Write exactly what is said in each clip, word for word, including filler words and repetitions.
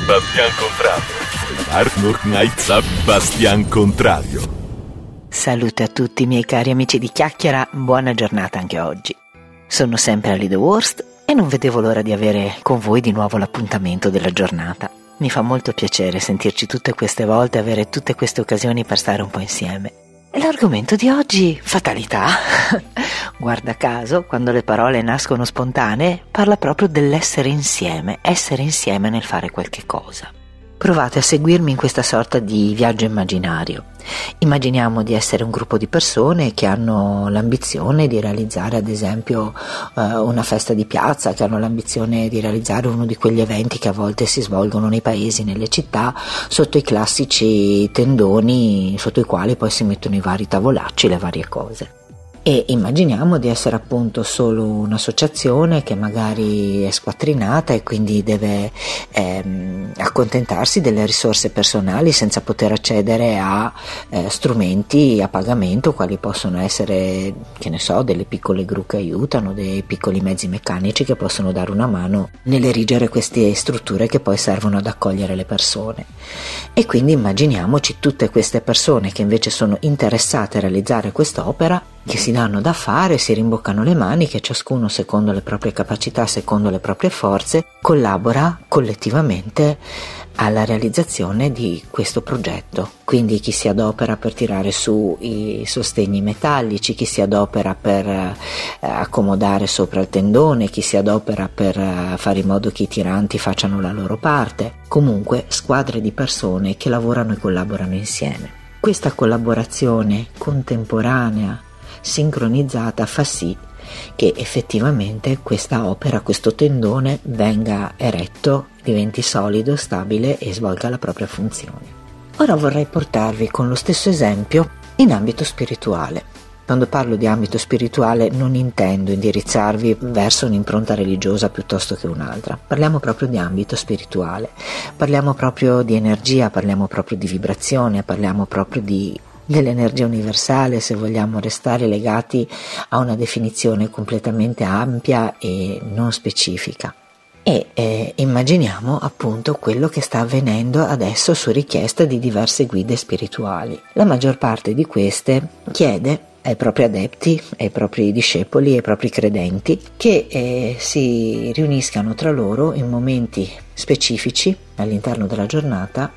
Bastian Contrario. Arnold Knight Bastian Contrario. Salute a tutti miei cari amici di Chiacchiera, buona giornata anche oggi. Sono sempre Ali The Worst e non vedevo l'ora di avere con voi di nuovo l'appuntamento della giornata. Mi fa molto piacere sentirci tutte queste volte, avere tutte queste occasioni per stare un po' insieme. E l'argomento di oggi, fatalità. Guarda caso, quando le parole nascono spontanee, parla proprio dell'essere insieme, essere insieme nel fare qualche cosa. Provate a seguirmi in questa sorta di viaggio immaginario. Immaginiamo di essere un gruppo di persone che hanno l'ambizione di realizzare ad esempio eh, una festa di piazza, che hanno l'ambizione di realizzare uno di quegli eventi che a volte si svolgono nei paesi, nelle città, sotto i classici tendoni sotto i quali poi si mettono i vari tavolacci, le varie cose. E immaginiamo di essere appunto solo un'associazione che magari è squattrinata e quindi deve ehm, accontentarsi delle risorse personali senza poter accedere a eh, strumenti a pagamento, quali possono essere, che ne so, delle piccole gru che aiutano, dei piccoli mezzi meccanici che possono dare una mano nell'erigere queste strutture che poi servono ad accogliere le persone. E quindi immaginiamoci tutte queste persone che invece sono interessate a realizzare quest'opera, che si danno da fare, si rimboccano le maniche, ciascuno secondo le proprie capacità, secondo le proprie forze, collabora collettivamente alla realizzazione di questo progetto. Quindi chi si adopera per tirare su i sostegni metallici, chi si adopera per eh, accomodare sopra il tendone, chi si adopera per eh, fare in modo che i tiranti facciano la loro parte. Comunque squadre di persone che lavorano e collaborano insieme. Questa collaborazione contemporanea, sincronizzata, fa sì che effettivamente questa opera, questo tendone venga eretto, diventi solido, stabile e svolga la propria funzione. Ora vorrei portarvi con lo stesso esempio in ambito spirituale. Quando parlo di ambito spirituale non intendo indirizzarvi verso un'impronta religiosa piuttosto che un'altra, parliamo proprio di ambito spirituale, parliamo proprio di energia, parliamo proprio di vibrazione, parliamo proprio di dell'energia universale, se vogliamo restare legati a una definizione completamente ampia e non specifica. E eh, immaginiamo appunto quello che sta avvenendo adesso su richiesta di diverse guide spirituali. La maggior parte di queste chiede ai propri adepti, ai propri discepoli, ai propri credenti che eh, si riuniscano tra loro in momenti specifici all'interno della giornata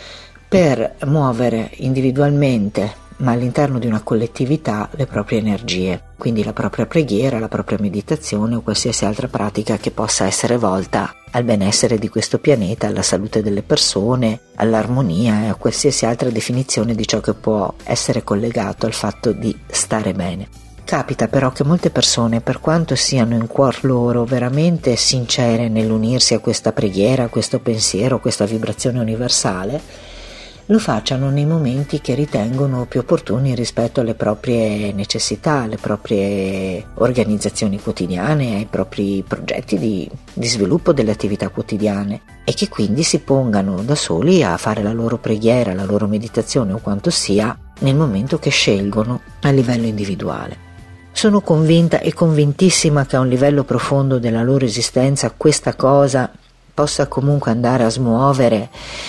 per muovere individualmente, ma all'interno di una collettività, le proprie energie, quindi la propria preghiera, la propria meditazione o qualsiasi altra pratica che possa essere volta al benessere di questo pianeta, alla salute delle persone, all'armonia e a qualsiasi altra definizione di ciò che può essere collegato al fatto di stare bene. Capita però che molte persone, per quanto siano in cuor loro veramente sincere nell'unirsi a questa preghiera, a questo pensiero, a questa vibrazione universale, lo facciano nei momenti che ritengono più opportuni rispetto alle proprie necessità, alle proprie organizzazioni quotidiane, ai propri progetti di, di sviluppo delle attività quotidiane, e che quindi si pongano da soli a fare la loro preghiera, la loro meditazione o quanto sia nel momento che scelgono a livello individuale. Sono convinta e convintissima che a un livello profondo della loro esistenza questa cosa possa comunque andare a smuovere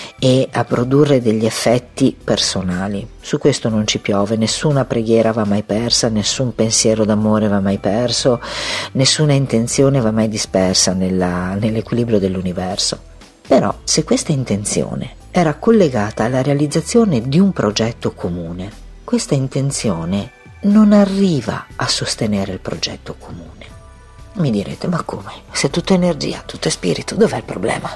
e a produrre degli effetti personali. Su questo non ci piove, nessuna preghiera va mai persa, nessun pensiero d'amore va mai perso, nessuna intenzione va mai dispersa nella, nell'equilibrio dell'universo. Però se questa intenzione era collegata alla realizzazione di un progetto comune, questa intenzione non arriva a sostenere il progetto comune. Mi direte, ma come? Se tutto è energia, tutto è spirito, dov'è il problema?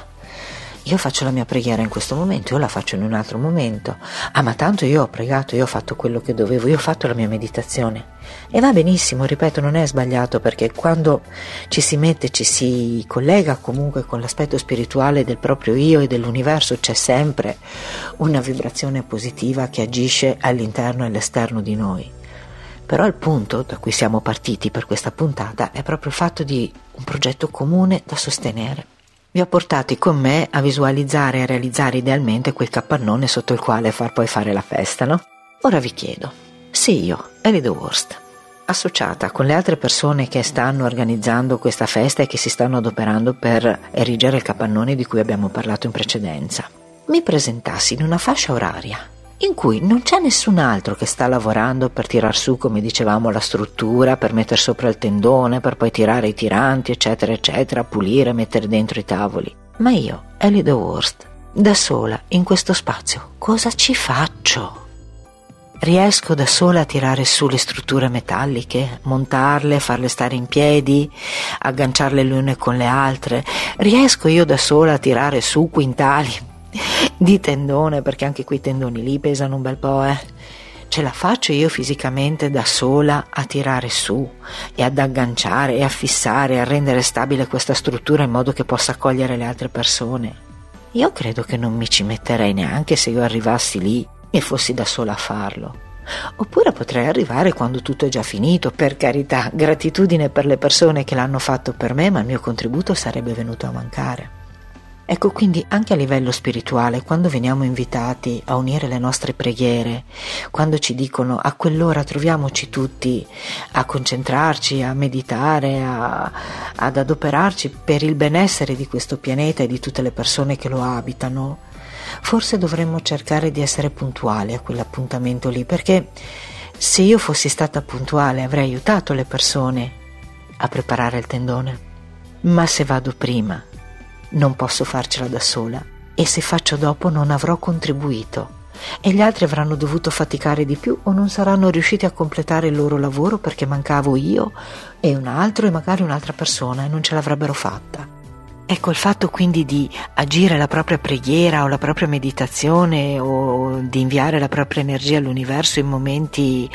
Io faccio la mia preghiera in questo momento, io la faccio in un altro momento. Ah, ma tanto io ho pregato, io ho fatto quello che dovevo, io ho fatto la mia meditazione. E va benissimo, ripeto, non è sbagliato, perché quando ci si mette, ci si collega comunque con l'aspetto spirituale del proprio io e dell'universo, c'è sempre una vibrazione positiva che agisce all'interno e all'esterno di noi. Però il punto da cui siamo partiti per questa puntata è proprio il fatto di un progetto comune da sostenere. Vi ho portati con me a visualizzare e realizzare idealmente quel capannone sotto il quale far poi fare la festa, no? Ora vi chiedo, se io, Ali The Worst, associata con le altre persone che stanno organizzando questa festa e che si stanno adoperando per erigere il capannone di cui abbiamo parlato in precedenza, mi presentassi in una fascia oraria in cui non c'è nessun altro che sta lavorando per tirar su, come dicevamo, la struttura, per mettere sopra il tendone, per poi tirare i tiranti, eccetera, eccetera, pulire, mettere dentro i tavoli. Ma io, Ellie The Worst, da sola, in questo spazio, cosa ci faccio? Riesco da sola a tirare su le strutture metalliche, montarle, farle stare in piedi, agganciarle le une con le altre? Riesco io da sola a tirare su quintali di tendone, perché anche quei tendoni lì pesano un bel po', eh? Ce la faccio io fisicamente da sola a tirare su e ad agganciare e a fissare e a rendere stabile questa struttura in modo che possa accogliere le altre persone? Io credo che non mi ci metterei neanche se io arrivassi lì e fossi da sola a farlo. Oppure potrei arrivare quando tutto è già finito, per carità, gratitudine per le persone che l'hanno fatto per me, ma il mio contributo sarebbe venuto a mancare. Ecco, quindi anche a livello spirituale, quando veniamo invitati a unire le nostre preghiere, quando ci dicono a quell'ora troviamoci tutti a concentrarci, a meditare, a, ad adoperarci per il benessere di questo pianeta e di tutte le persone che lo abitano, forse dovremmo cercare di essere puntuali a quell'appuntamento lì, perché se io fossi stata puntuale avrei aiutato le persone a preparare il tendone, ma se vado prima non posso farcela da sola, e se faccio dopo non avrò contribuito e gli altri avranno dovuto faticare di più o non saranno riusciti a completare il loro lavoro perché mancavo io e un altro e magari un'altra persona e non ce l'avrebbero fatta. Ecco, il fatto quindi di agire la propria preghiera o la propria meditazione o di inviare la propria energia all'universo in momenti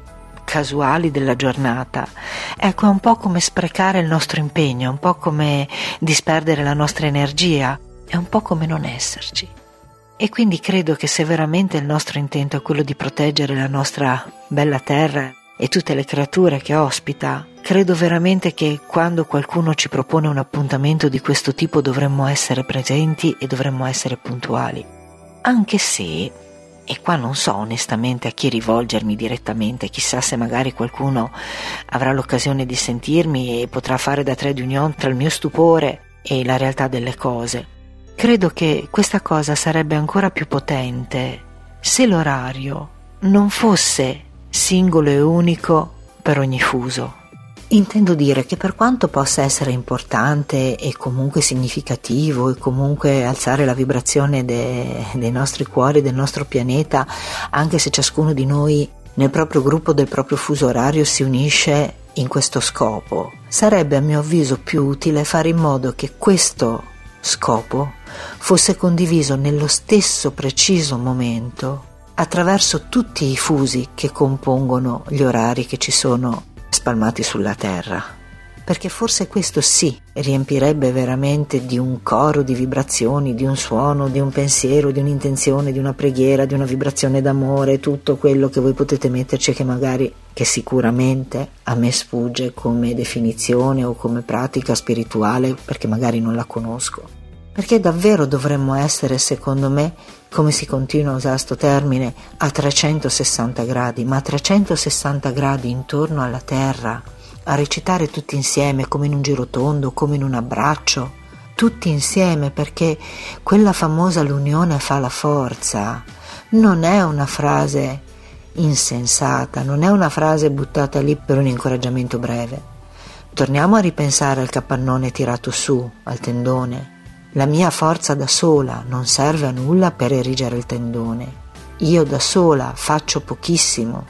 casuali della giornata, ecco, è un po' come sprecare il nostro impegno, è un po' come disperdere la nostra energia, è un po' come non esserci. E quindi credo che se veramente il nostro intento è quello di proteggere la nostra bella terra e tutte le creature che ospita, credo veramente che quando qualcuno ci propone un appuntamento di questo tipo dovremmo essere presenti e dovremmo essere puntuali. Anche se, e qua non so onestamente a chi rivolgermi direttamente, chissà se magari qualcuno avrà l'occasione di sentirmi e potrà fare da trade union tra il mio stupore e la realtà delle cose. Credo che questa cosa sarebbe ancora più potente se l'orario non fosse singolo e unico per ogni fuso. Intendo dire che per quanto possa essere importante e comunque significativo e comunque alzare la vibrazione de, dei nostri cuori, del nostro pianeta, anche se ciascuno di noi nel proprio gruppo del proprio fuso orario si unisce in questo scopo, sarebbe a mio avviso più utile fare in modo che questo scopo fosse condiviso nello stesso preciso momento attraverso tutti i fusi che compongono gli orari che ci sono spalmati sulla Terra, perché forse questo sì riempirebbe veramente di un coro di vibrazioni, di un suono, di un pensiero, di un'intenzione, di una preghiera, di una vibrazione d'amore, tutto quello che voi potete metterci, che magari, che sicuramente a me sfugge come definizione o come pratica spirituale, perché magari non la conosco. Perché davvero dovremmo essere, secondo me, come si continua a usare sto termine, a trecentosessanta gradi, ma a trecentosessanta gradi intorno alla Terra, a recitare tutti insieme, come in un girotondo, come in un abbraccio, tutti insieme, perché quella famosa l'unione fa la forza non è una frase insensata, non è una frase buttata lì per un incoraggiamento breve. Torniamo a ripensare al capannone tirato su, al tendone. La mia forza da sola non serve a nulla per erigere il tendone. Io da sola faccio pochissimo,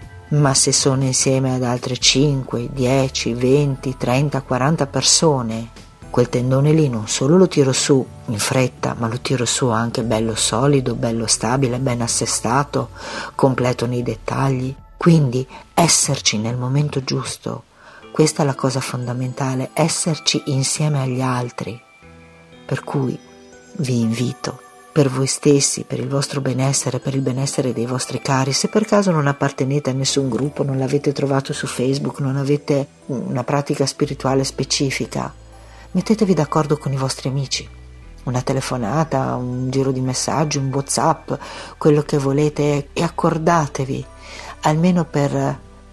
ma se sono insieme ad altre cinque, dieci, venti, trenta, quaranta persone, quel tendone lì non solo lo tiro su in fretta, ma lo tiro su anche bello solido, bello stabile, ben assestato, completo nei dettagli. Quindi esserci nel momento giusto, questa è la cosa fondamentale, esserci insieme agli altri. Per cui vi invito, per voi stessi, per il vostro benessere, per il benessere dei vostri cari, se per caso non appartenete a nessun gruppo, non l'avete trovato su Facebook, non avete una pratica spirituale specifica, mettetevi d'accordo con i vostri amici. Una telefonata, un giro di messaggi, un WhatsApp, quello che volete, e accordatevi, almeno per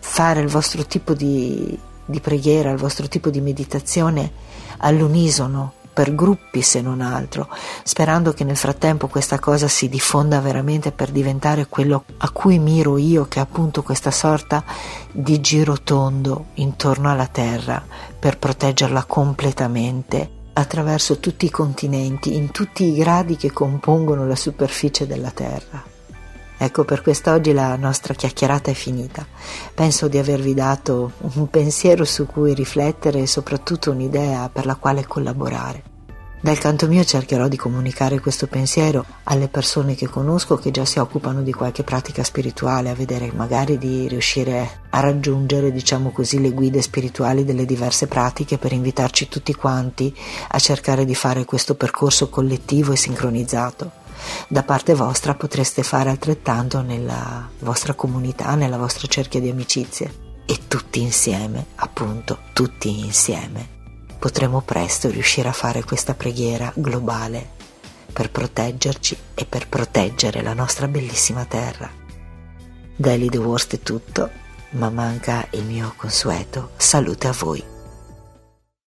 fare il vostro tipo di, di preghiera, il vostro tipo di meditazione all'unisono, per gruppi se non altro, sperando che nel frattempo questa cosa si diffonda veramente per diventare quello a cui miro io, che è appunto questa sorta di girotondo intorno alla Terra per proteggerla completamente attraverso tutti i continenti, in tutti i gradi che compongono la superficie della Terra. Ecco, per quest'oggi la nostra chiacchierata è finita. Penso di avervi dato un pensiero su cui riflettere e soprattutto un'idea per la quale collaborare. Dal canto mio cercherò di comunicare questo pensiero alle persone che conosco che già si occupano di qualche pratica spirituale, a vedere magari di riuscire a raggiungere, diciamo così, le guide spirituali delle diverse pratiche per invitarci tutti quanti a cercare di fare questo percorso collettivo e sincronizzato. Da parte vostra potreste fare altrettanto nella vostra comunità, nella vostra cerchia di amicizie, e tutti insieme, appunto, tutti insieme, potremo presto riuscire a fare questa preghiera globale per proteggerci e per proteggere la nostra bellissima terra. Da Ellie The Worst è tutto, ma manca il mio consueto saluto a voi.